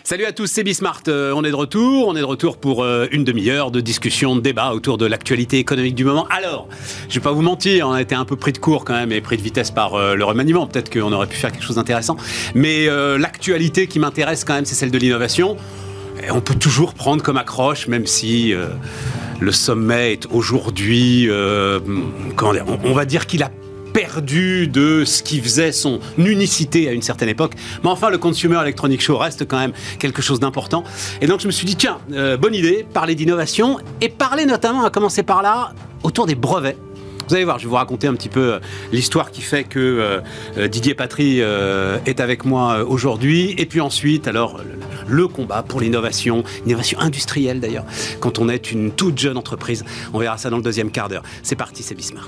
Salut à tous, c'est Bismart. On est de retour pour une demi-heure de discussion, de débat autour de l'actualité économique du moment. Alors, je vais pas vous mentir, on a été un peu pris de court quand même et pris de vitesse par le remaniement. Peut-être qu'on aurait pu faire quelque chose d'intéressant. Mais l'actualité qui m'intéresse quand même, c'est celle de l'innovation. Et on peut toujours prendre comme accroche, même si le sommet est aujourd'hui, on va dire qu'il a perdu de ce qui faisait son unicité à une certaine époque. Mais enfin, le Consumer Electronics Show reste quand même quelque chose d'important. Et donc, je me suis dit, tiens, bonne idée, parler d'innovation et parler notamment, à commencer par là, autour des brevets. Vous allez voir, je vais vous raconter un petit peu l'histoire qui fait que Didier Patry est avec moi aujourd'hui. Et puis ensuite, alors, le combat pour l'innovation industrielle d'ailleurs, quand on est une toute jeune entreprise. On verra ça dans le deuxième quart d'heure. C'est parti, c'est Bismart.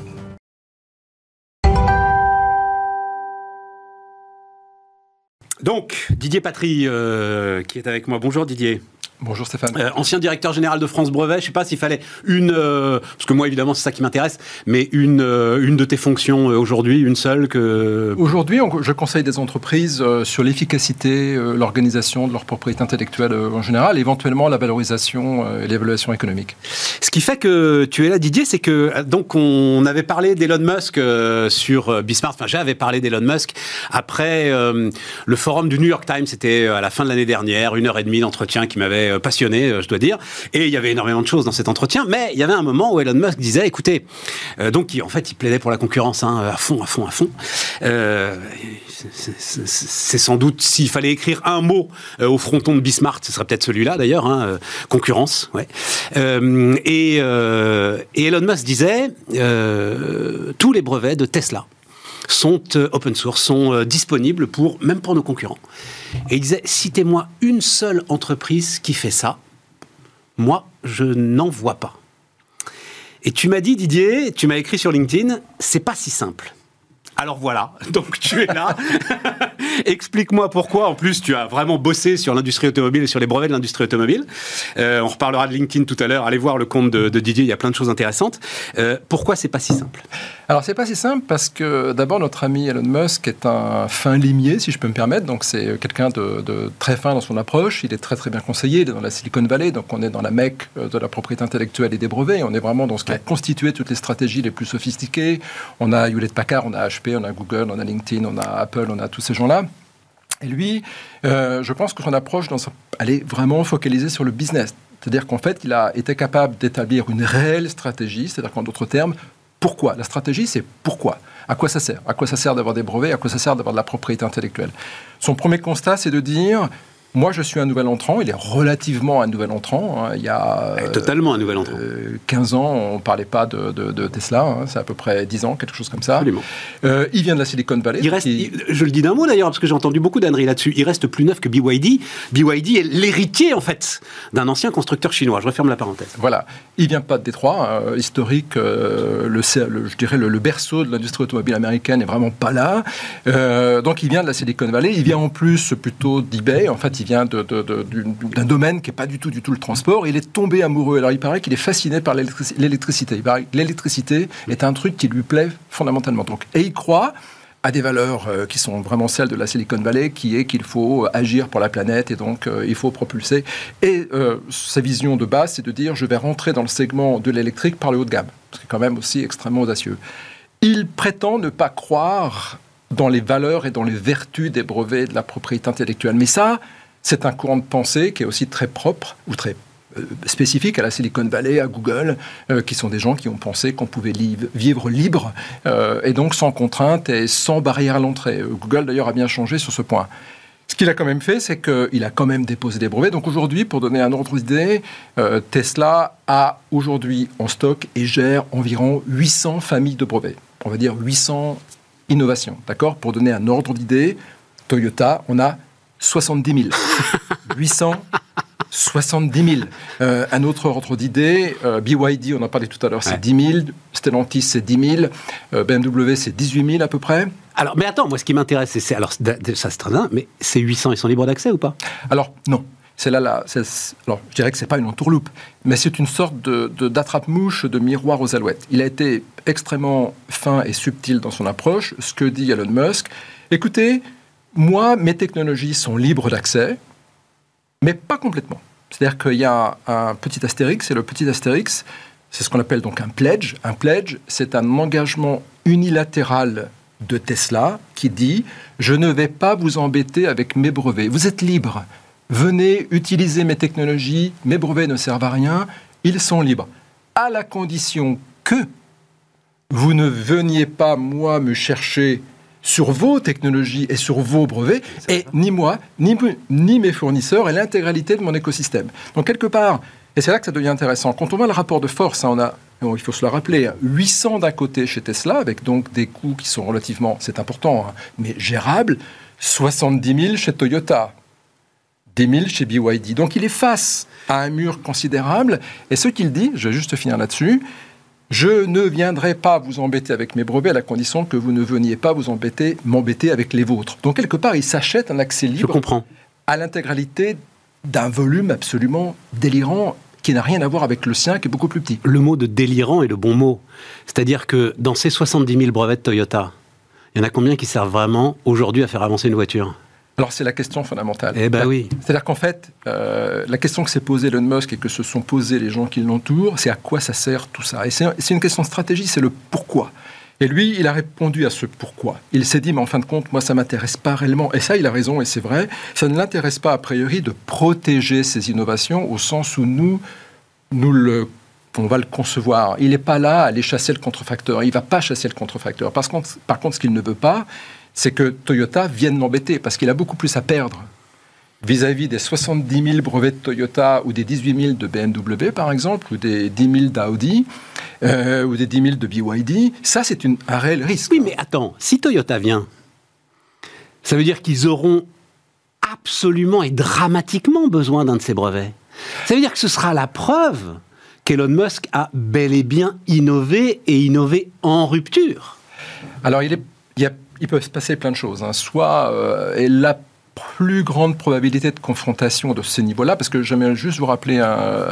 Donc, Didier Patry qui est avec moi. Bonjour Didier. Bonjour Stéphane. Ancien directeur général de France Brevet, je ne sais pas s'il fallait parce que moi évidemment c'est ça qui m'intéresse, mais une de tes fonctions aujourd'hui, une seule que... Aujourd'hui, je conseille des entreprises sur l'efficacité, l'organisation de leur propriété intellectuelle en général, éventuellement la valorisation et l'évaluation économique. Ce qui fait que tu es là Didier, c'est que donc on avait parlé d'Elon Musk sur Bismart, enfin j'avais parlé d'Elon Musk après le forum du New York Times, c'était à la fin de l'année dernière, 1h30 d'entretien qui m'avait passionné, je dois dire. Et il y avait énormément de choses dans cet entretien, mais il y avait un moment où Elon Musk disait, écoutez, donc il plaidait pour la concurrence à fond. C'est sans doute, s'il fallait écrire un mot au fronton de Bismart, ce serait peut-être celui-là d'ailleurs, concurrence, ouais. Et Elon Musk disait, tous les brevets de Tesla sont open source, sont disponibles même pour nos concurrents. Et il disait, citez-moi une seule entreprise qui fait ça. Moi, je n'en vois pas. Et tu m'as dit, Didier, tu m'as écrit sur LinkedIn, c'est pas si simple. Alors voilà, donc tu es là. Explique-moi pourquoi. En plus, tu as vraiment bossé sur l'industrie automobile et sur les brevets de l'industrie automobile. On reparlera de LinkedIn tout à l'heure. Allez voir le compte de Didier, il y a plein de choses intéressantes. Pourquoi c'est pas si simple ? Alors, c'est pas si simple parce que d'abord, notre ami Elon Musk est un fin limier, si je peux me permettre. Donc, c'est quelqu'un de très fin dans son approche. Il est très, très bien conseillé. Il est dans la Silicon Valley. Donc, on est dans la Mecque de la propriété intellectuelle et des brevets. On est vraiment dans ce qui a constitué toutes les stratégies les plus sophistiquées. On a Hewlett-Packard, on a HP, on a Google, on a LinkedIn, on a Apple, on a tous ces gens-là. Et lui, je pense que son approche, elle est vraiment focalisée sur le business. C'est-à-dire qu'en fait, il a été capable d'établir une réelle stratégie. C'est-à-dire qu'en d'autres termes, pourquoi ? La stratégie, c'est pourquoi ? À quoi ça sert ? À quoi ça sert d'avoir des brevets ? À quoi ça sert d'avoir de la propriété intellectuelle ? Son premier constat, c'est de dire... Moi, je suis un nouvel entrant. Il est relativement un nouvel entrant. Il y a totalement un nouvel entrant. 15 ans, on ne parlait pas de Tesla. C'est à peu près 10 ans, quelque chose comme ça. Absolument. Il vient de la Silicon Valley. Je le dis d'un mot d'ailleurs, parce que j'ai entendu beaucoup d'âneries là-dessus. Il reste plus neuf que BYD. BYD est l'héritier, en fait, d'un ancien constructeur chinois. Je referme la parenthèse. Voilà. Il ne vient pas de Détroit. Historique, je dirais le berceau de l'industrie automobile américaine n'est vraiment pas là. Donc, il vient de la Silicon Valley. Il vient en plus plutôt d'eBay. En fait, il vient d'un domaine qui n'est pas du tout le transport. Il est tombé amoureux. Alors, il paraît qu'il est fasciné par l'électricité. Il paraît que l'électricité est un truc qui lui plaît fondamentalement. Donc, et il croit à des valeurs qui sont vraiment celles de la Silicon Valley, qui est qu'il faut agir pour la planète et donc il faut propulser. Et sa vision de base, c'est de dire je vais rentrer dans le segment de l'électrique par le haut de gamme. Ce qui est quand même aussi extrêmement audacieux. Il prétend ne pas croire dans les valeurs et dans les vertus des brevets de la propriété intellectuelle. Mais ça, c'est un courant de pensée qui est aussi très propre ou très spécifique à la Silicon Valley, à Google, qui sont des gens qui ont pensé qu'on pouvait vivre libre et donc sans contrainte et sans barrière à l'entrée. Google, d'ailleurs, a bien changé sur ce point. Ce qu'il a quand même fait, c'est qu'il a quand même déposé des brevets. Donc aujourd'hui, pour donner un ordre d'idée, Tesla a aujourd'hui en stock et gère environ 800 familles de brevets. On va dire 800 innovations, d'accord ? Pour donner un ordre d'idée, Toyota, on a 70 000. 870 000. Un autre ordre d'idée, BYD, on en parlait tout à l'heure, c'est 10 000. Stellantis, c'est 10 000. BMW, c'est 18 000 à peu près. Alors, mais attends, moi, ce qui m'intéresse, alors, ça c'est très bien, mais ces 800, ils sont libres d'accès ou pas ? Alors, non. Alors, je dirais que ce n'est pas une entourloupe, mais c'est une sorte d'attrape-mouche, de miroir aux alouettes. Il a été extrêmement fin et subtil dans son approche. Ce que dit Elon Musk, écoutez, moi, mes technologies sont libres d'accès. Mais pas complètement. C'est-à-dire qu'il y a un petit astérix, et le petit astérix, c'est ce qu'on appelle donc un pledge. Un pledge, c'est un engagement unilatéral de Tesla qui dit « Je ne vais pas vous embêter avec mes brevets. Vous êtes libre. Venez utiliser mes technologies. Mes brevets ne servent à rien. Ils sont libres. À la condition que vous ne veniez pas, moi, me chercher sur vos technologies et sur vos brevets, et ni moi, ni mes fournisseurs et l'intégralité de mon écosystème. » Donc, quelque part, et c'est là que ça devient intéressant, quand on voit le rapport de force, on a, il faut se le rappeler, 800 d'un côté chez Tesla, avec donc des coûts qui sont relativement, c'est important, mais gérables, 70 000 chez Toyota, 10 000 chez BYD. Donc, il est face à un mur considérable, et ce qu'il dit, je vais juste finir là-dessus, je ne viendrai pas vous embêter avec mes brevets à la condition que vous ne veniez pas m'embêter avec les vôtres. Donc, quelque part, il s'achète un accès libre à l'intégralité d'un volume absolument délirant qui n'a rien à voir avec le sien, qui est beaucoup plus petit. Le mot de délirant est le bon mot. C'est-à-dire que dans ces 70 000 brevets de Toyota, il y en a combien qui servent vraiment aujourd'hui à faire avancer une voiture ? Alors, c'est la question fondamentale. Eh ben oui. C'est-à-dire qu'en fait, la question que s'est posée Elon Musk et que se sont posés les gens qui l'entourent, c'est à quoi ça sert tout ça ? Et c'est une question de stratégie, c'est le pourquoi. Et lui, il a répondu à ce pourquoi. Il s'est dit, mais en fin de compte, moi, ça ne m'intéresse pas réellement. Et ça, il a raison, et c'est vrai. Ça ne l'intéresse pas, a priori, de protéger ces innovations au sens où on va le concevoir. Il n'est pas là à aller chasser le contrefacteur. Il ne va pas chasser le contrefacteur. Par contre, ce qu'il ne veut pas, c'est que Toyota vienne l'embêter, parce qu'il a beaucoup plus à perdre vis-à-vis des 70 000 brevets de Toyota ou des 18 000 de BMW, par exemple, ou des 10 000 d'Audi, ou des 10 000 de BYD. Ça, c'est un réel risque. Oui, mais attends, si Toyota vient, ça veut dire qu'ils auront absolument et dramatiquement besoin d'un de ces brevets. Ça veut dire que ce sera la preuve qu'Elon Musk a bel et bien innové, et innové en rupture. Alors, il peut se passer plein de choses. Soit la plus grande probabilité de confrontation de ce niveau-là, parce que j'aimerais juste vous rappeler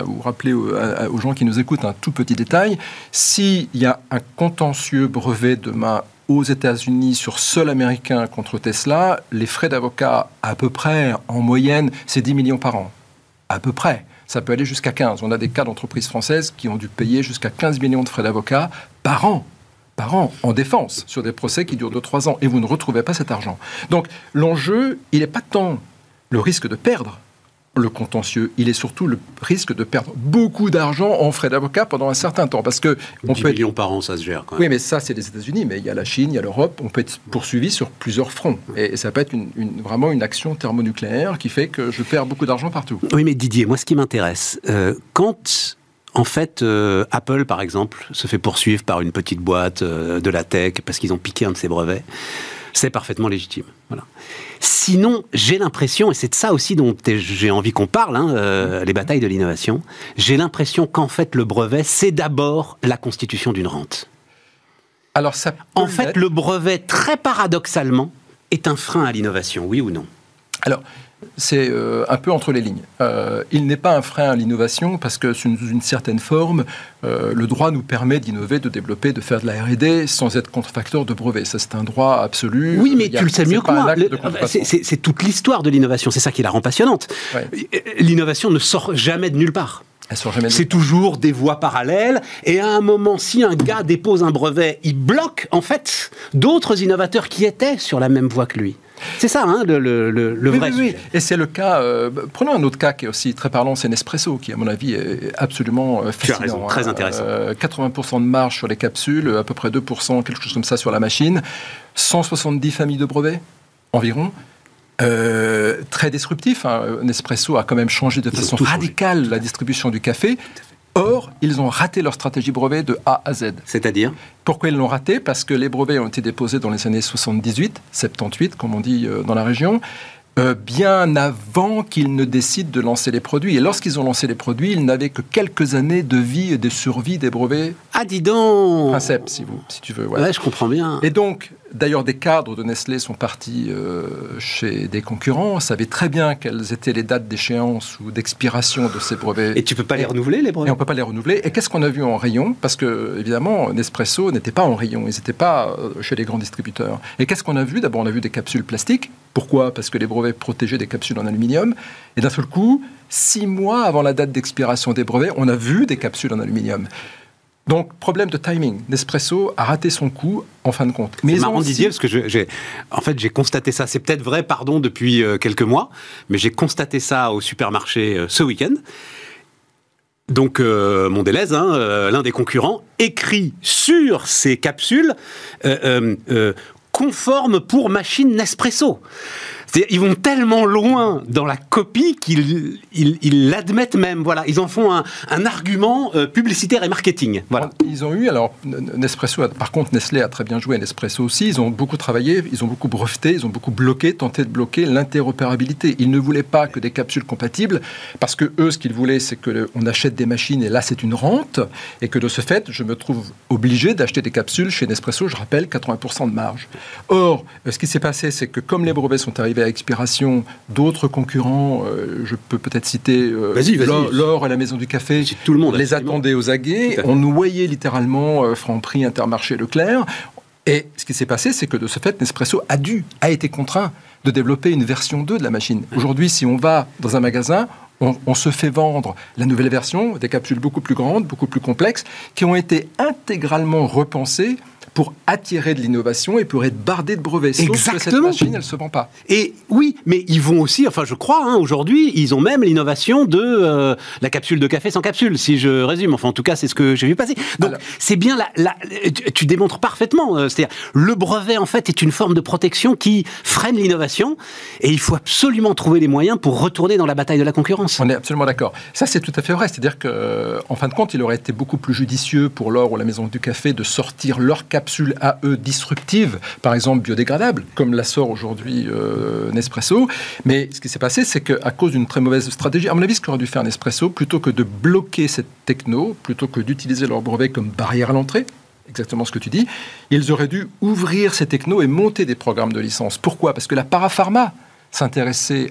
aux gens qui nous écoutent un tout petit détail. S'il y a un contentieux brevet demain aux États-Unis sur seul américain contre Tesla, les frais d'avocat, à peu près, en moyenne, c'est 10 millions par an. À peu près. Ça peut aller jusqu'à 15. On a des cas d'entreprises françaises qui ont dû payer jusqu'à 15 millions de frais d'avocat par an, en défense, sur des procès qui durent 2-3 ans, et vous ne retrouvez pas cet argent. Donc, l'enjeu, il n'est pas tant le risque de perdre le contentieux, il est surtout le risque de perdre beaucoup d'argent en frais d'avocat pendant un certain temps. Parce que 10 millions par an, ça se gère quand même. Oui, mais ça, c'est les États-Unis, mais il y a la Chine, il y a l'Europe, on peut être poursuivi sur plusieurs fronts. Et ça peut être vraiment une action thermonucléaire qui fait que je perds beaucoup d'argent partout. Oui, mais Didier, moi, ce qui m'intéresse, quand... En fait, Apple, par exemple, se fait poursuivre par une petite boîte de la tech parce qu'ils ont piqué un de ses brevets. C'est parfaitement légitime. Voilà. Sinon, j'ai l'impression, et c'est de ça aussi dont j'ai envie qu'on parle, les batailles de l'innovation, j'ai l'impression qu'en fait, le brevet, c'est d'abord la constitution d'une rente. Alors, ça peut en fait, le brevet, très paradoxalement, est un frein à l'innovation, oui ou non ? Alors, c'est un peu entre les lignes. Il n'est pas un frein à l'innovation parce que, sous une certaine forme, le droit nous permet d'innover, de développer, de faire de la R&D sans être contrefacteur de brevet. Ça, c'est un droit absolu. Oui, mais tu le sais mieux que moi. C'est toute l'histoire de l'innovation. C'est ça qui la rend passionnante. Ouais. L'innovation ne sort jamais de nulle part. C'est toujours des voies parallèles, et à un moment, si un gars dépose un brevet, il bloque, en fait, d'autres innovateurs qui étaient sur la même voie que lui. C'est ça, le vrai sujet. Et c'est le cas... prenons un autre cas qui est aussi très parlant, c'est Nespresso, qui, à mon avis, est absolument fascinant. Tu as raison, très intéressant. 80% de marge sur les capsules, à peu près 2%, quelque chose comme ça, sur la machine. 170 familles de brevets, environ. Très disruptif. Nespresso a quand même changé de façon radicale la distribution du café. Or, ils ont raté leur stratégie brevet de A à Z. C'est-à-dire ? Pourquoi ils l'ont raté ? Parce que les brevets ont été déposés dans les années 78, 78, comme on dit dans la région, bien avant qu'ils ne décident de lancer les produits. Et lorsqu'ils ont lancé les produits, ils n'avaient que quelques années de vie et de survie des brevets. Ah, dis donc ! Princeps, si tu veux. Voilà. Ouais, je comprends bien. Et donc, D'ailleurs, des cadres de Nestlé sont partis chez des concurrents, savaient très bien quelles étaient les dates d'échéance ou d'expiration de ces brevets. Et tu peux pas les renouveler, les brevets ? Et on peut pas les renouveler. Et qu'est-ce qu'on a vu en rayon ? Parce que, évidemment, Nespresso n'était pas en rayon, ils n'étaient pas chez les grands distributeurs. Et qu'est-ce qu'on a vu ? D'abord, on a vu des capsules plastiques. Pourquoi ? Parce que les brevets protégeaient des capsules en aluminium. Et d'un seul coup, 6 mois avant la date d'expiration des brevets, on a vu des capsules en aluminium. Donc, problème de timing. Nespresso a raté son coup, en fin de compte. Mais c'est marrant, Didier, parce que j'ai constaté ça. C'est peut-être vrai, depuis quelques mois, mais j'ai constaté ça au supermarché ce week-end. Donc, Mondelez, l'un des concurrents, écrit sur ces capsules conforme pour machine Nespresso. C'est-à-dire, ils vont tellement loin dans la copie qu'ils l'admettent même. Voilà, ils en font un argument publicitaire et marketing. Voilà. Ils ont eu, alors Nespresso, par contre Nestlé a très bien joué, Nespresso aussi, ils ont beaucoup travaillé, ils ont beaucoup breveté, ils ont beaucoup tenté de bloquer l'interopérabilité. Ils ne voulaient pas que des capsules compatibles, parce que eux, ce qu'ils voulaient, c'est qu'on achète des machines, et là c'est une rente, et que de ce fait, je me trouve obligé d'acheter des capsules chez Nespresso, je rappelle, 80% de marge. Or, ce qui s'est passé, c'est que comme les brevets sont arrivés à expiration, d'autres concurrents, je peux peut-être citer L'Or et la Maison du Café, tout le monde les attendaient aux aguets. On noyait littéralement Franprix, Intermarché, Leclerc. Et ce qui s'est passé, c'est que de ce fait, Nespresso a été contraint de développer une version 2 de la machine. Aujourd'hui, si on va dans un magasin, on se fait vendre la nouvelle version, des capsules beaucoup plus grandes, beaucoup plus complexes, qui ont été intégralement repensées pour attirer de l'innovation et pour être bardé de brevets. Sauf que cette machine, elle ne se vend pas. Et oui, mais ils vont aussi, je crois, aujourd'hui, ils ont même l'innovation de la capsule de café sans capsule, si je résume. En tout cas, c'est ce que j'ai vu passer. Donc, c'est bien tu démontres parfaitement. C'est-à-dire, le brevet, en fait, est une forme de protection qui freine l'innovation et il faut absolument trouver les moyens pour retourner dans la bataille de la concurrence. On est absolument d'accord. Ça, c'est tout à fait vrai. C'est-à-dire qu'en fin de compte, il aurait été beaucoup plus judicieux pour L'Or ou la Maison du Café de sortir leur capsule à eux disruptive, par exemple biodégradable, comme la sort aujourd'hui Nespresso. Mais ce qui s'est passé, c'est qu'à cause d'une très mauvaise stratégie, à mon avis, ce qu'aurait dû faire Nespresso, plutôt que de bloquer cette techno, plutôt que d'utiliser leur brevet comme barrière à l'entrée, exactement ce que tu dis, ils auraient dû ouvrir ces technos et monter des programmes de licence. Pourquoi ? Parce que la parapharma s'intéressait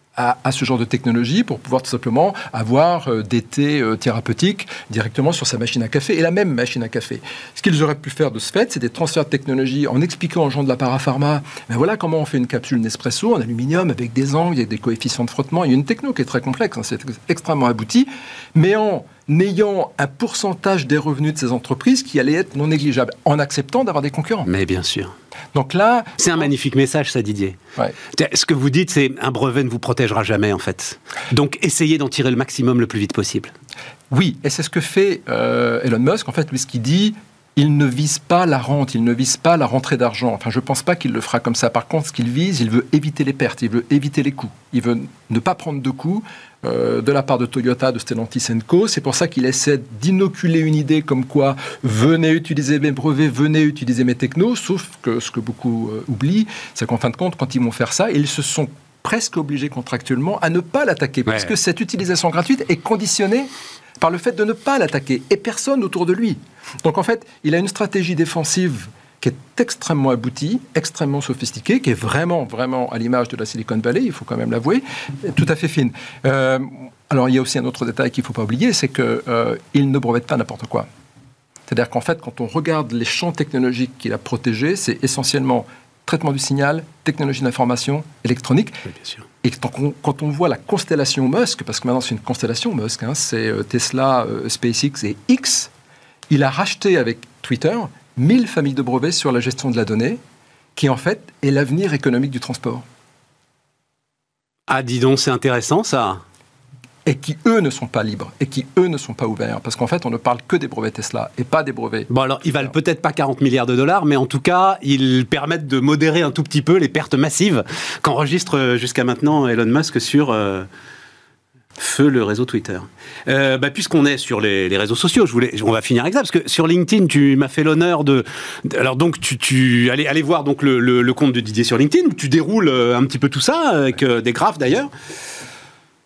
à ce genre de technologie pour pouvoir tout simplement avoir des thés thérapeutiques directement sur sa machine à café et la même machine à café. Ce qu'ils auraient pu faire de ce fait, c'est des transferts de technologie en expliquant aux gens de la parapharma, voilà comment on fait une capsule Nespresso en aluminium avec des angles, avec des coefficients de frottement. Il y a une techno qui est très complexe, c'est extrêmement abouti, mais en ayant un pourcentage des revenus de ces entreprises qui allait être non négligeable, en acceptant d'avoir des concurrents. Mais bien sûr. Donc là... C'est un magnifique message, ça, Didier. Ouais. Ce que vous dites, c'est un brevet ne vous protégera jamais, en fait. Donc, essayez d'en tirer le maximum le plus vite possible. Oui, et c'est ce que fait Elon Musk. En fait, lui, ce qu'il dit, il ne vise pas la rente, il ne vise pas la rentrée d'argent. Enfin, je ne pense pas qu'il le fera comme ça. Par contre, ce qu'il vise, il veut éviter les pertes, il veut éviter les coûts. Il veut ne pas prendre de coûts de la part de Toyota, de Stellantis & Co. C'est pour ça qu'il essaie d'inoculer une idée comme quoi venez utiliser mes brevets, venez utiliser mes technos, sauf que ce que beaucoup oublient, c'est qu'en fin de compte, quand ils vont faire ça, ils se sont presque obligés contractuellement à ne pas l'attaquer, parce que cette utilisation gratuite est conditionnée par le fait de ne pas l'attaquer, et personne autour de lui. Donc en fait, il a une stratégie défensive qui est extrêmement aboutie, extrêmement sophistiquée, qui est vraiment, vraiment à l'image de la Silicon Valley, il faut quand même l'avouer, tout à fait fine. Alors il y a aussi un autre détail qu'il ne faut pas oublier, c'est qu'il ne brevette pas n'importe quoi. C'est-à-dire qu'en fait, quand on regarde les champs technologiques qu'il a protégés, c'est essentiellement traitement du signal, technologie d'information, électronique. Oui, bien sûr. Et quand on voit la constellation Musk, parce que maintenant c'est une constellation Musk, c'est Tesla, SpaceX et X, il a racheté avec Twitter 1000 familles de brevets sur la gestion de la donnée, qui en fait est l'avenir économique du transport. Ah, dis donc, c'est intéressant ça. Et qui, eux, ne sont pas libres, et qui, eux, ne sont pas ouverts. Parce qu'en fait, on ne parle que des brevets Tesla, et pas des brevets... Bon, alors, ils valent peut-être pas 40 milliards de dollars, mais en tout cas, ils permettent de modérer un tout petit peu les pertes massives qu'enregistre jusqu'à maintenant Elon Musk sur... feu le réseau Twitter. Puisqu'on est sur les réseaux sociaux, on va finir avec ça, parce que sur LinkedIn, tu m'as fait l'honneur de... Alors donc, allez voir donc le compte de Didier sur LinkedIn, où tu déroules un petit peu tout ça, avec des graphes d'ailleurs.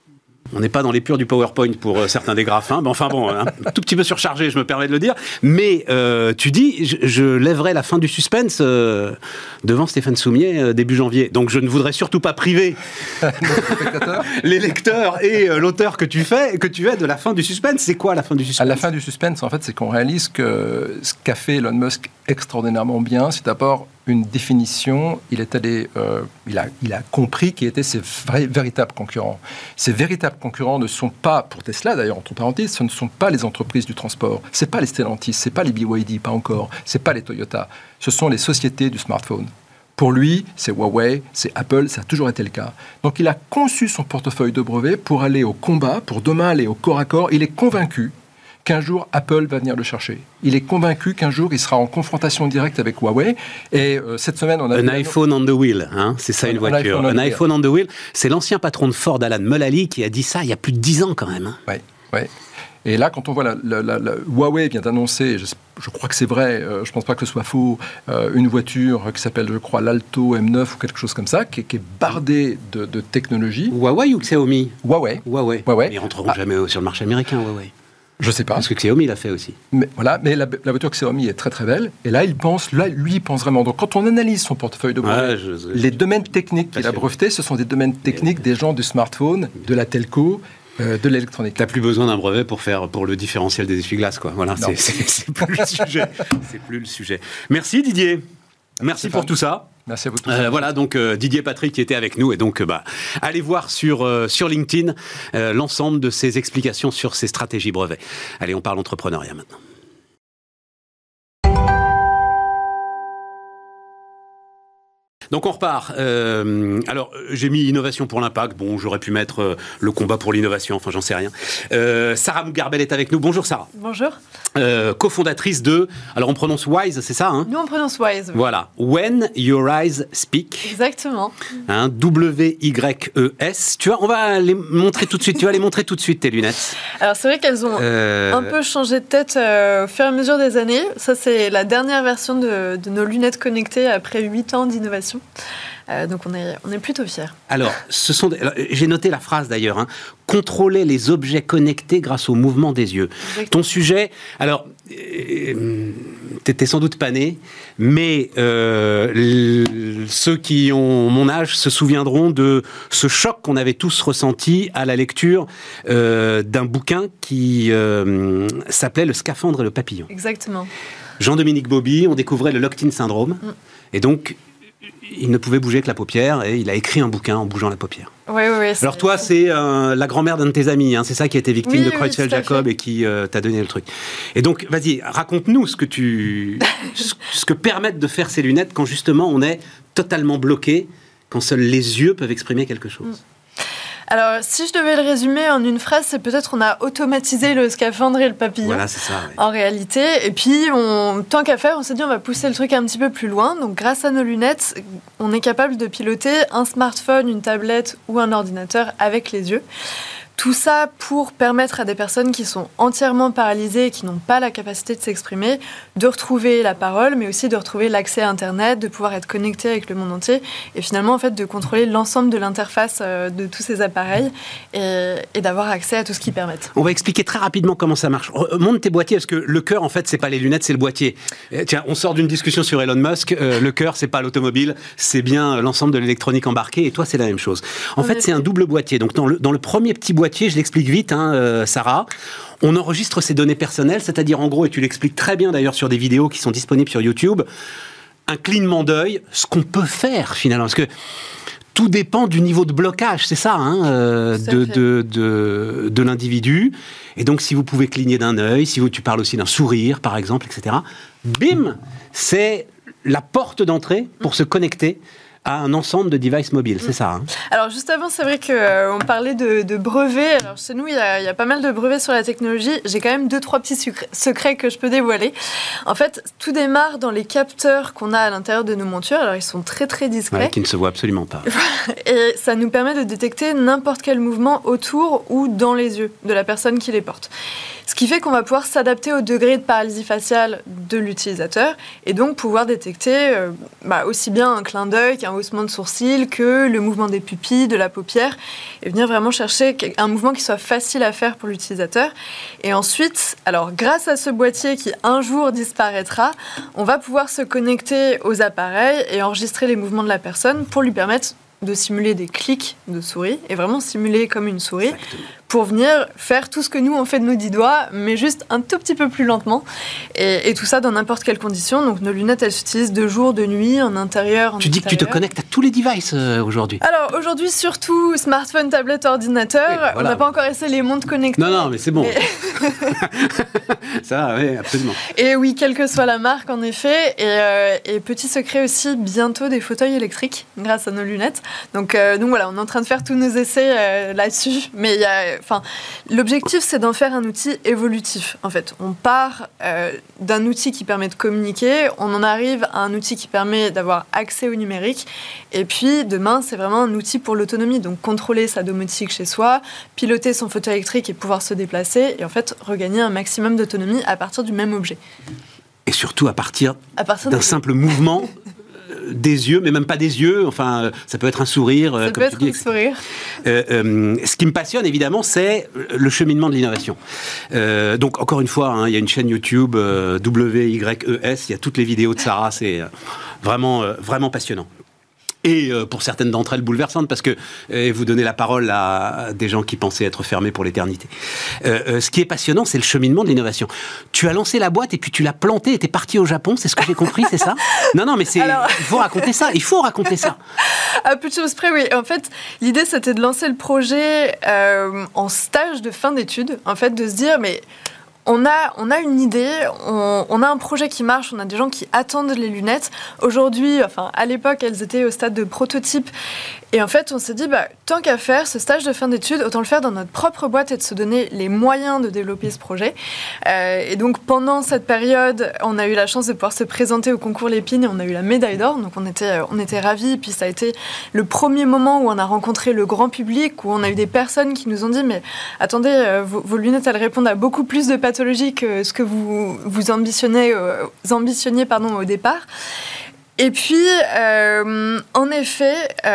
On n'est pas dans l'épure du PowerPoint pour certains des graphes, hein. Enfin bon, un tout petit peu surchargé, je me permets de le dire. Mais tu dis, je lèverai la fin du suspense devant Stéphane Soumier début janvier. Donc je ne voudrais surtout pas priver les lecteurs et l'auteur que tu es de la fin du suspense. C'est quoi la fin du suspense ? À la fin du suspense, en fait, c'est qu'on réalise que ce qu'a fait Elon Musk extraordinairement bien, c'est d'abord une définition. Il a compris qui étaient ses véritables concurrents. Ces véritables concurrents ne sont pas, pour Tesla d'ailleurs, entre parenthèses, ce ne sont pas les entreprises du transport. C'est pas les Stellantis, c'est pas les BYD, pas encore. C'est pas les Toyota. Ce sont les sociétés du smartphone. Pour lui, c'est Huawei, c'est Apple, ça a toujours été le cas. Donc il a conçu son portefeuille de brevets pour aller au combat, pour demain aller au corps à corps. Il est convaincu qu'un jour, Apple va venir le chercher. Il est convaincu qu'un jour, il sera en confrontation directe avec Huawei. Et cette semaine, on a... Un iPhone on the wheel, hein, c'est ça une voiture. Un iPhone on the wheel. C'est l'ancien patron de Ford, Alan Mulally, qui a dit ça il y a plus de 10 ans quand même. Hein. Oui. Et là, quand on voit Huawei vient d'annoncer, je crois que c'est vrai, je ne pense pas que ce soit faux, une voiture qui s'appelle, je crois, l'Alto M9 ou quelque chose comme ça, qui est bardée de technologie. Huawei ou Xiaomi ? Huawei. Ils rentreront jamais sur le marché américain, Huawei. Je sais pas. Parce que Xiaomi l'a fait aussi. Mais la voiture Xiaomi est très très belle. Et là, lui, il pense vraiment. Donc, quand on analyse son portefeuille de brevets, les domaines techniques qu'il a brevetés, ce sont des domaines techniques des gens du smartphone, de la telco, de l'électronique. T'as plus besoin d'un brevet pour le différentiel des essuie-glaces, quoi. Voilà, c'est plus le sujet. C'est plus le sujet. Merci Didier. Merci pour tout ça. Merci à vous tous. Voilà, donc Didier Patrick qui était avec nous. Et donc, allez voir sur LinkedIn l'ensemble de ses explications sur ses stratégies brevets. Allez, on parle entrepreneuriat maintenant. Donc on repart. Alors j'ai mis innovation pour l'impact. Bon, j'aurais pu mettre le combat pour l'innovation. Enfin, j'en sais rien. Sarah Mougarbel est avec nous. Bonjour Sarah. Bonjour. Cofondatrice de. Alors on prononce Wise, c'est ça, hein ? Nous on prononce Wise. Voilà. When Your Eyes Speak. Exactement. Hein, W-Y-E-S. Tu vois, on va les montrer tout de suite. Tu vas les montrer tout de suite tes lunettes. Alors c'est vrai qu'elles ont un peu changé de tête au fur et à mesure des années. Ça c'est la dernière version de nos lunettes connectées après 8 ans d'innovation. Donc on est plutôt fiers. Alors, j'ai noté la phrase d'ailleurs, hein, contrôler les objets connectés grâce au mouvement des yeux. Exactement. Ton sujet, alors, t'étais sans doute pas né, mais ceux qui ont mon âge se souviendront de ce choc qu'on avait tous ressenti à la lecture d'un bouquin qui s'appelait Le scaphandre et le papillon. Exactement. Jean-Dominique Bauby, on découvrait le locked-in syndrome, et donc il ne pouvait bouger que la paupière, et il a écrit un bouquin en bougeant la paupière. Oui. Alors toi, c'est la grand-mère d'un de tes amis, hein, c'est ça qui a été victime de Creutzfeldt-Jakob et qui t'a donné le truc. Et donc, vas-y, raconte-nous ce que permettent de faire ces lunettes quand justement on est totalement bloqué, quand seuls les yeux peuvent exprimer quelque chose. Alors, si je devais le résumer en une phrase, c'est peut-être on a automatisé le scaphandre et le papillon. Voilà, c'est ça. Ouais. En réalité. Et puis, tant qu'à faire, on s'est dit on va pousser le truc un petit peu plus loin. Donc, grâce à nos lunettes, on est capable de piloter un smartphone, une tablette ou un ordinateur avec les yeux. Tout ça pour permettre à des personnes qui sont entièrement paralysées et qui n'ont pas la capacité de s'exprimer, de retrouver la parole, mais aussi de retrouver l'accès à Internet, de pouvoir être connecté avec le monde entier et finalement en fait de contrôler l'ensemble de l'interface de tous ces appareils et d'avoir accès à tout ce qu'ils permettent. On va expliquer très rapidement comment ça marche. Monte tes boîtiers parce que le cœur en fait c'est pas les lunettes, c'est le boîtier. Tiens, on sort d'une discussion sur Elon Musk. Le cœur c'est pas l'automobile, c'est bien l'ensemble de l'électronique embarquée et toi c'est la même chose. En fait c'est un double boîtier. Donc dans le premier petit boîtier, je l'explique vite, hein, Sarah. On enregistre ses données personnelles, c'est-à-dire en gros, et tu l'expliques très bien d'ailleurs sur des vidéos qui sont disponibles sur YouTube, un clignement d'œil, ce qu'on peut faire finalement, parce que tout dépend du niveau de blocage, c'est ça, hein, de l'individu. Et donc, si vous pouvez cligner d'un œil, si tu parles aussi d'un sourire, par exemple, etc., bim, c'est la porte d'entrée pour se connecter à un ensemble de devices mobiles, c'est ça, hein. Alors juste avant, c'est vrai qu'on parlait de brevets. Alors chez nous, il y a pas mal de brevets sur la technologie. J'ai quand même 2-3 petits secrets que je peux dévoiler. En fait, tout démarre dans les capteurs qu'on a à l'intérieur de nos montures. Alors ils sont très très discrets. Ouais, qui ne se voient absolument pas. Et ça nous permet de détecter n'importe quel mouvement autour ou dans les yeux de la personne qui les porte. Ce qui fait qu'on va pouvoir s'adapter au degré de paralysie faciale de l'utilisateur et donc pouvoir détecter aussi bien un clin d'œil qu'un haussement de sourcil, que le mouvement des pupilles, de la paupière, et venir vraiment chercher un mouvement qui soit facile à faire pour l'utilisateur. Et ensuite, alors grâce à ce boîtier qui un jour disparaîtra, on va pouvoir se connecter aux appareils et enregistrer les mouvements de la personne pour lui permettre de simuler des clics de souris et vraiment simuler comme une souris. Exactement. Pour venir faire tout ce que nous on fait de nos 10 doigts, mais juste un tout petit peu plus lentement. Et tout ça dans n'importe quelle condition. Donc nos lunettes, elles s'utilisent de jour, de nuit, en intérieur, en Tu dis extérieur. Que tu te connectes à tous les devices aujourd'hui. Alors aujourd'hui, surtout smartphone, tablette, ordinateur. Oui, voilà. On n'a pas encore essayé les montres connectées. Non, mais c'est bon. Ça, oui, absolument. Et oui, quelle que soit la marque, en effet. Et petit secret aussi, bientôt des fauteuils électriques grâce à nos lunettes. Donc voilà, on est en train de faire tous nos essais là-dessus. Mais l'objectif, c'est d'en faire un outil évolutif. En fait, on part d'un outil qui permet de communiquer, on en arrive à un outil qui permet d'avoir accès au numérique. Et puis, demain, c'est vraiment un outil pour l'autonomie. Donc, contrôler sa domotique chez soi, piloter son fauteuil électrique et pouvoir se déplacer. Et en fait, regagner un maximum d'autonomie à partir du même objet. Et surtout à partir d'un simple mouvement des yeux, mais même pas des yeux, enfin, ça peut être un sourire. Ça peut être un sourire. Ce qui me passionne, évidemment, c'est le cheminement de l'innovation. Donc, encore une fois, il y a une chaîne YouTube, WYES, il y a toutes les vidéos de Sarah, c'est vraiment, vraiment passionnant. Et pour certaines d'entre elles bouleversantes, parce que vous donnez la parole à des gens qui pensaient être fermés pour l'éternité. Ce qui est passionnant, c'est le cheminement de l'innovation. Tu as lancé la boîte et puis tu l'as plantée et t'es parti au Japon, c'est ce que j'ai compris, c'est ça ? Non, mais il faut raconter ça, À peu de choses près, oui. En fait, l'idée, c'était de lancer le projet en stage de fin d'études, en fait, de se dire, mais... On a une idée, on a un projet qui marche, on a des gens qui attendent les lunettes. Aujourd'hui, à l'époque, elles étaient au stade de prototype. Et en fait, on s'est dit, tant qu'à faire ce stage de fin d'études, autant le faire dans notre propre boîte et de se donner les moyens de développer ce projet. Et donc, pendant cette période, on a eu la chance de pouvoir se présenter au concours Lépine et on a eu la médaille d'or. Donc, on était ravis. Et puis, ça a été le premier moment où on a rencontré le grand public, où on a eu des personnes qui nous ont dit, mais attendez, vos lunettes, elles répondent à beaucoup plus de pathologies que ce que vous ambitionniez au départ. Et puis, en effet,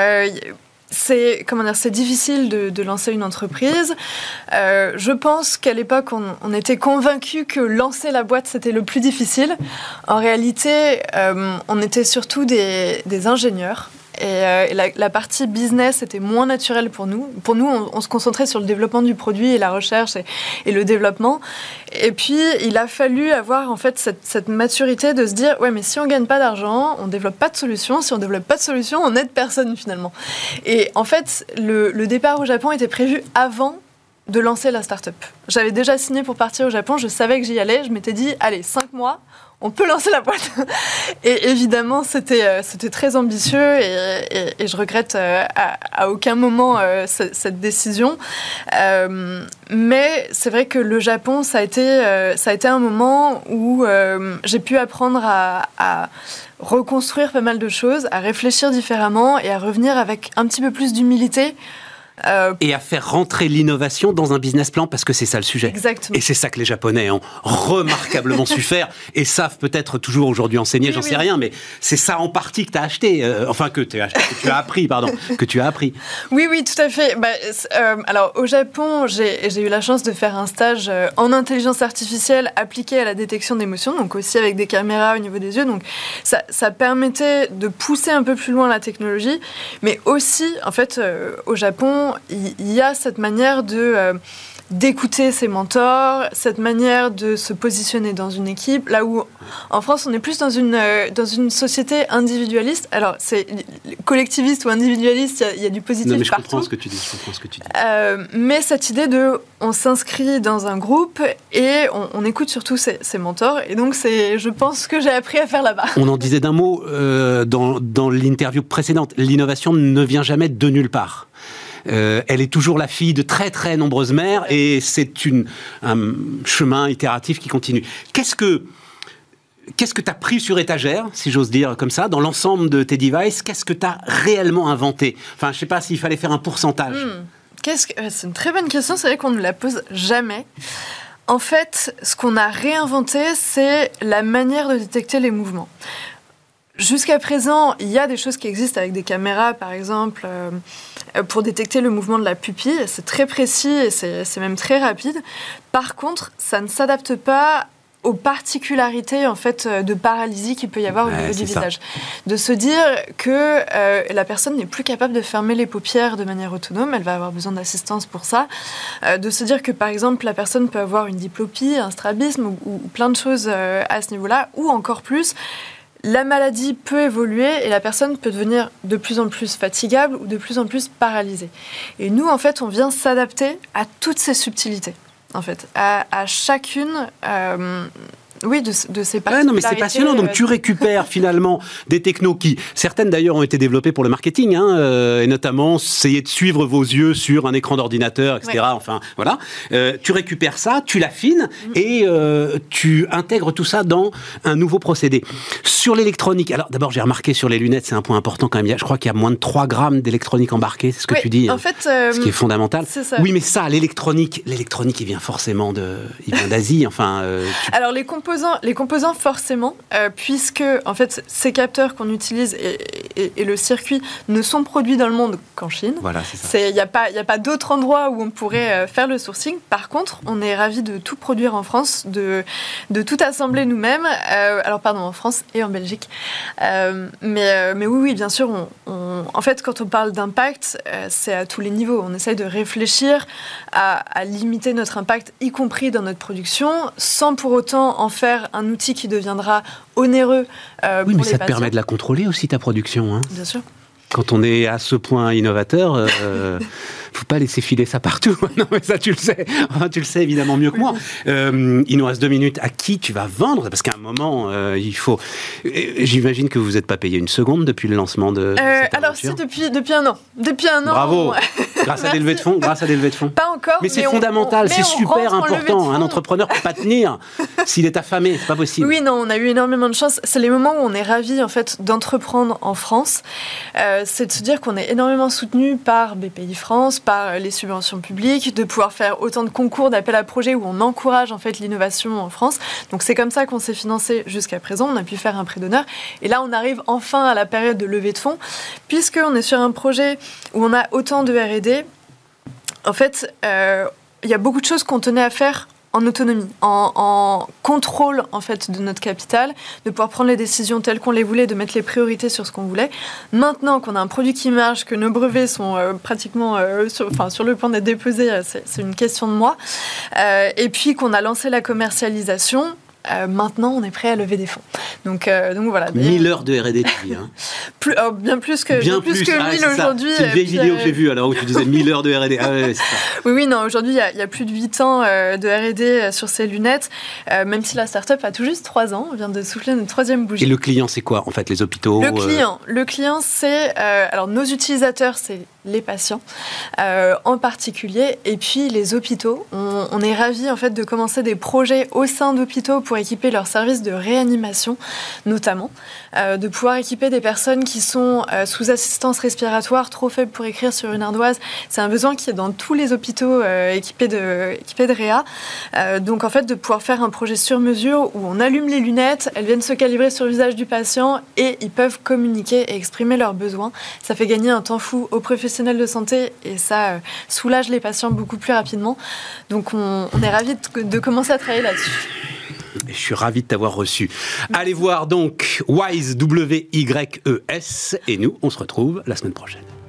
c'est difficile de lancer une entreprise. Je pense qu'à l'époque, on était convaincus que lancer la boîte, c'était le plus difficile. En réalité, on était surtout des ingénieurs. Et la partie business était moins naturelle pour nous. Pour nous, on se concentrait sur le développement du produit et la recherche et le développement. Et puis, il a fallu avoir en fait cette maturité de se dire « Ouais, mais si on ne gagne pas d'argent, on ne développe pas de solution. Si on ne développe pas de solution, on n'aide personne finalement. » Et en fait, le départ au Japon était prévu avant de lancer la start-up. J'avais déjà signé pour partir au Japon. Je savais que j'y allais. Je m'étais dit « Allez, 5 mois. » On peut lancer la boîte. Et évidemment, c'était très ambitieux et je regrette à aucun moment cette décision. Mais c'est vrai que le Japon, ça a été un moment où j'ai pu apprendre à reconstruire pas mal de choses, à réfléchir différemment et à revenir avec un petit peu plus d'humilité. Et à faire rentrer l'innovation dans un business plan, parce que c'est ça le sujet. Exactement. Et c'est ça que les Japonais ont remarquablement su faire et savent peut-être toujours aujourd'hui enseigner, j'en sais rien, mais c'est ça en partie que tu as acheté, que tu as appris. Oui, tout à fait. Alors, au Japon, j'ai eu la chance de faire un stage en intelligence artificielle appliquée à la détection d'émotions, donc aussi avec des caméras au niveau des yeux. Donc, ça permettait de pousser un peu plus loin la technologie, mais aussi, en fait, au Japon, il y a cette manière d'écouter ses mentors, cette manière de se positionner dans une équipe, là où en France on est plus dans une société individualiste. Alors c'est collectiviste ou individualiste, il y a du positif partout. Je comprends ce que tu dis. Mais cette idée on s'inscrit dans un groupe et on écoute surtout ses mentors. Et donc je pense que j'ai appris à faire là-bas. On en disait d'un mot dans l'interview précédente. L'innovation ne vient jamais de nulle part. Elle est toujours la fille de très très nombreuses mères et c'est un chemin itératif qui continue. Qu'est-ce que tu as pris sur étagère, si j'ose dire comme ça, dans l'ensemble de tes devices? Qu'est-ce que tu as réellement inventé? Je ne sais pas s'il fallait faire un pourcentage. C'est une très bonne question, c'est vrai qu'on ne la pose jamais. En fait, ce qu'on a réinventé, c'est la manière de détecter les mouvements. Jusqu'à présent, il y a des choses qui existent avec des caméras, par exemple, pour détecter le mouvement de la pupille. C'est très précis et c'est même très rapide. Par contre, ça ne s'adapte pas aux particularités en fait de paralysie qu'il peut y avoir au niveau du visage. De se dire que la personne n'est plus capable de fermer les paupières de manière autonome, elle va avoir besoin d'assistance pour ça. De se dire que par exemple la personne peut avoir une diplopie, un strabisme ou plein de choses à ce niveau-là, ou encore plus. La maladie peut évoluer et la personne peut devenir de plus en plus fatigable ou de plus en plus paralysée. Et nous, en fait, on vient s'adapter à toutes ces subtilités, en fait, à chacune de ces particularités. Non, mais c'est passionnant. Donc, tu récupères finalement des technos qui, certaines d'ailleurs, ont été développées pour le marketing, et notamment essayer de suivre vos yeux sur un écran d'ordinateur, etc. Ouais. Enfin, voilà. Tu récupères ça, tu l'affines et tu intègres tout ça dans un nouveau procédé. Sur l'électronique, alors d'abord, j'ai remarqué sur les lunettes, c'est un point important quand même. Je crois qu'il y a moins de 3 grammes d'électronique embarquée, c'est ce que tu dis. En fait, ce qui est fondamental. C'est ça. Oui, mais ça, l'électronique, il vient forcément d'Asie. Enfin, Alors, les composants forcément, puisque en fait ces capteurs qu'on utilise et le circuit ne sont produits dans le monde qu'en Chine. Voilà, c'est ça. Il n'y a pas d'autre endroit où on pourrait faire le sourcing. Par contre, on est ravis de tout produire en France, de tout assembler nous-mêmes. En France et en Belgique. Mais oui, bien sûr. En fait, quand on parle d'impact, c'est à tous les niveaux. On essaye de réfléchir à limiter notre impact, y compris dans notre production, sans pour autant en faire un outil qui deviendra onéreux pour les patients. Oui, mais ça te permet de la contrôler aussi, ta production. Hein. Bien sûr. Quand on est à ce point innovateur, faut pas laisser filer ça partout. Non, mais ça, tu le sais. Tu le sais évidemment mieux que moi. Il nous reste 2 minutes. À qui tu vas vendre ? Parce qu'à un moment, il faut... J'imagine que vous n'êtes pas payé une seconde depuis le lancement de cette alors, si, depuis un an. Depuis un an. Bravo. Grâce à des levées de fonds. Pas encore. Mais c'est fondamental. C'est super important. Un entrepreneur ne peut pas tenir s'il est affamé. C'est pas possible. Oui, non, on a eu énormément de chance. C'est les moments où on est ravis, en fait, d'entreprendre en France. C'est de se dire qu'on est énormément soutenu par BPI France, par les subventions publiques, de pouvoir faire autant de concours, d'appels à projets où on encourage en fait l'innovation en France. Donc c'est comme ça qu'on s'est financé jusqu'à présent. On a pu faire un prêt d'honneur. Et là, on arrive enfin à la période de levée de fonds, puisqu'on est sur un projet où on a autant de R&D. En fait, il y a beaucoup de choses qu'on tenait à faire en autonomie, en contrôle en fait de notre capital, de pouvoir prendre les décisions telles qu'on les voulait, de mettre les priorités sur ce qu'on voulait. Maintenant qu'on a un produit qui marche, que nos brevets sont pratiquement sur le point d'être déposés, c'est une question de mois, et puis qu'on a lancé la commercialisation. Maintenant, on est prêt à lever des fonds. Donc voilà. 1000 heures de R&D, tu dis. Hein. Bien plus que 1000 aujourd'hui. C'est une vieille vidéo que j'ai vue, alors où tu disais 1000 heures de R&D. Ah ouais, c'est ça. Oui, non, aujourd'hui, il y a plus de 8 ans de R&D sur ces lunettes, même si la start-up a tout juste 3 ans. On vient de souffler notre 3e bougie. Et le client, c'est quoi, en fait, les hôpitaux Le client, c'est... alors, nos utilisateurs, c'est les patients en particulier, et puis les hôpitaux. On est ravis, en fait, de commencer des projets au sein d'hôpitaux pour équiper leurs services de réanimation, notamment, de pouvoir équiper des personnes qui sont sous assistance respiratoire, trop faibles pour écrire sur une ardoise. C'est un besoin qui est dans tous les hôpitaux équipés de réa. Donc, en fait, de pouvoir faire un projet sur mesure où on allume les lunettes, elles viennent se calibrer sur le visage du patient et ils peuvent communiquer et exprimer leurs besoins. Ça fait gagner un temps fou aux professionnels de santé et ça soulage les patients beaucoup plus rapidement. Donc, on est ravis de commencer à travailler là-dessus. Je suis ravi de t'avoir reçu. Allez voir donc Wyes, W-Y-E-S, et nous, on se retrouve la semaine prochaine.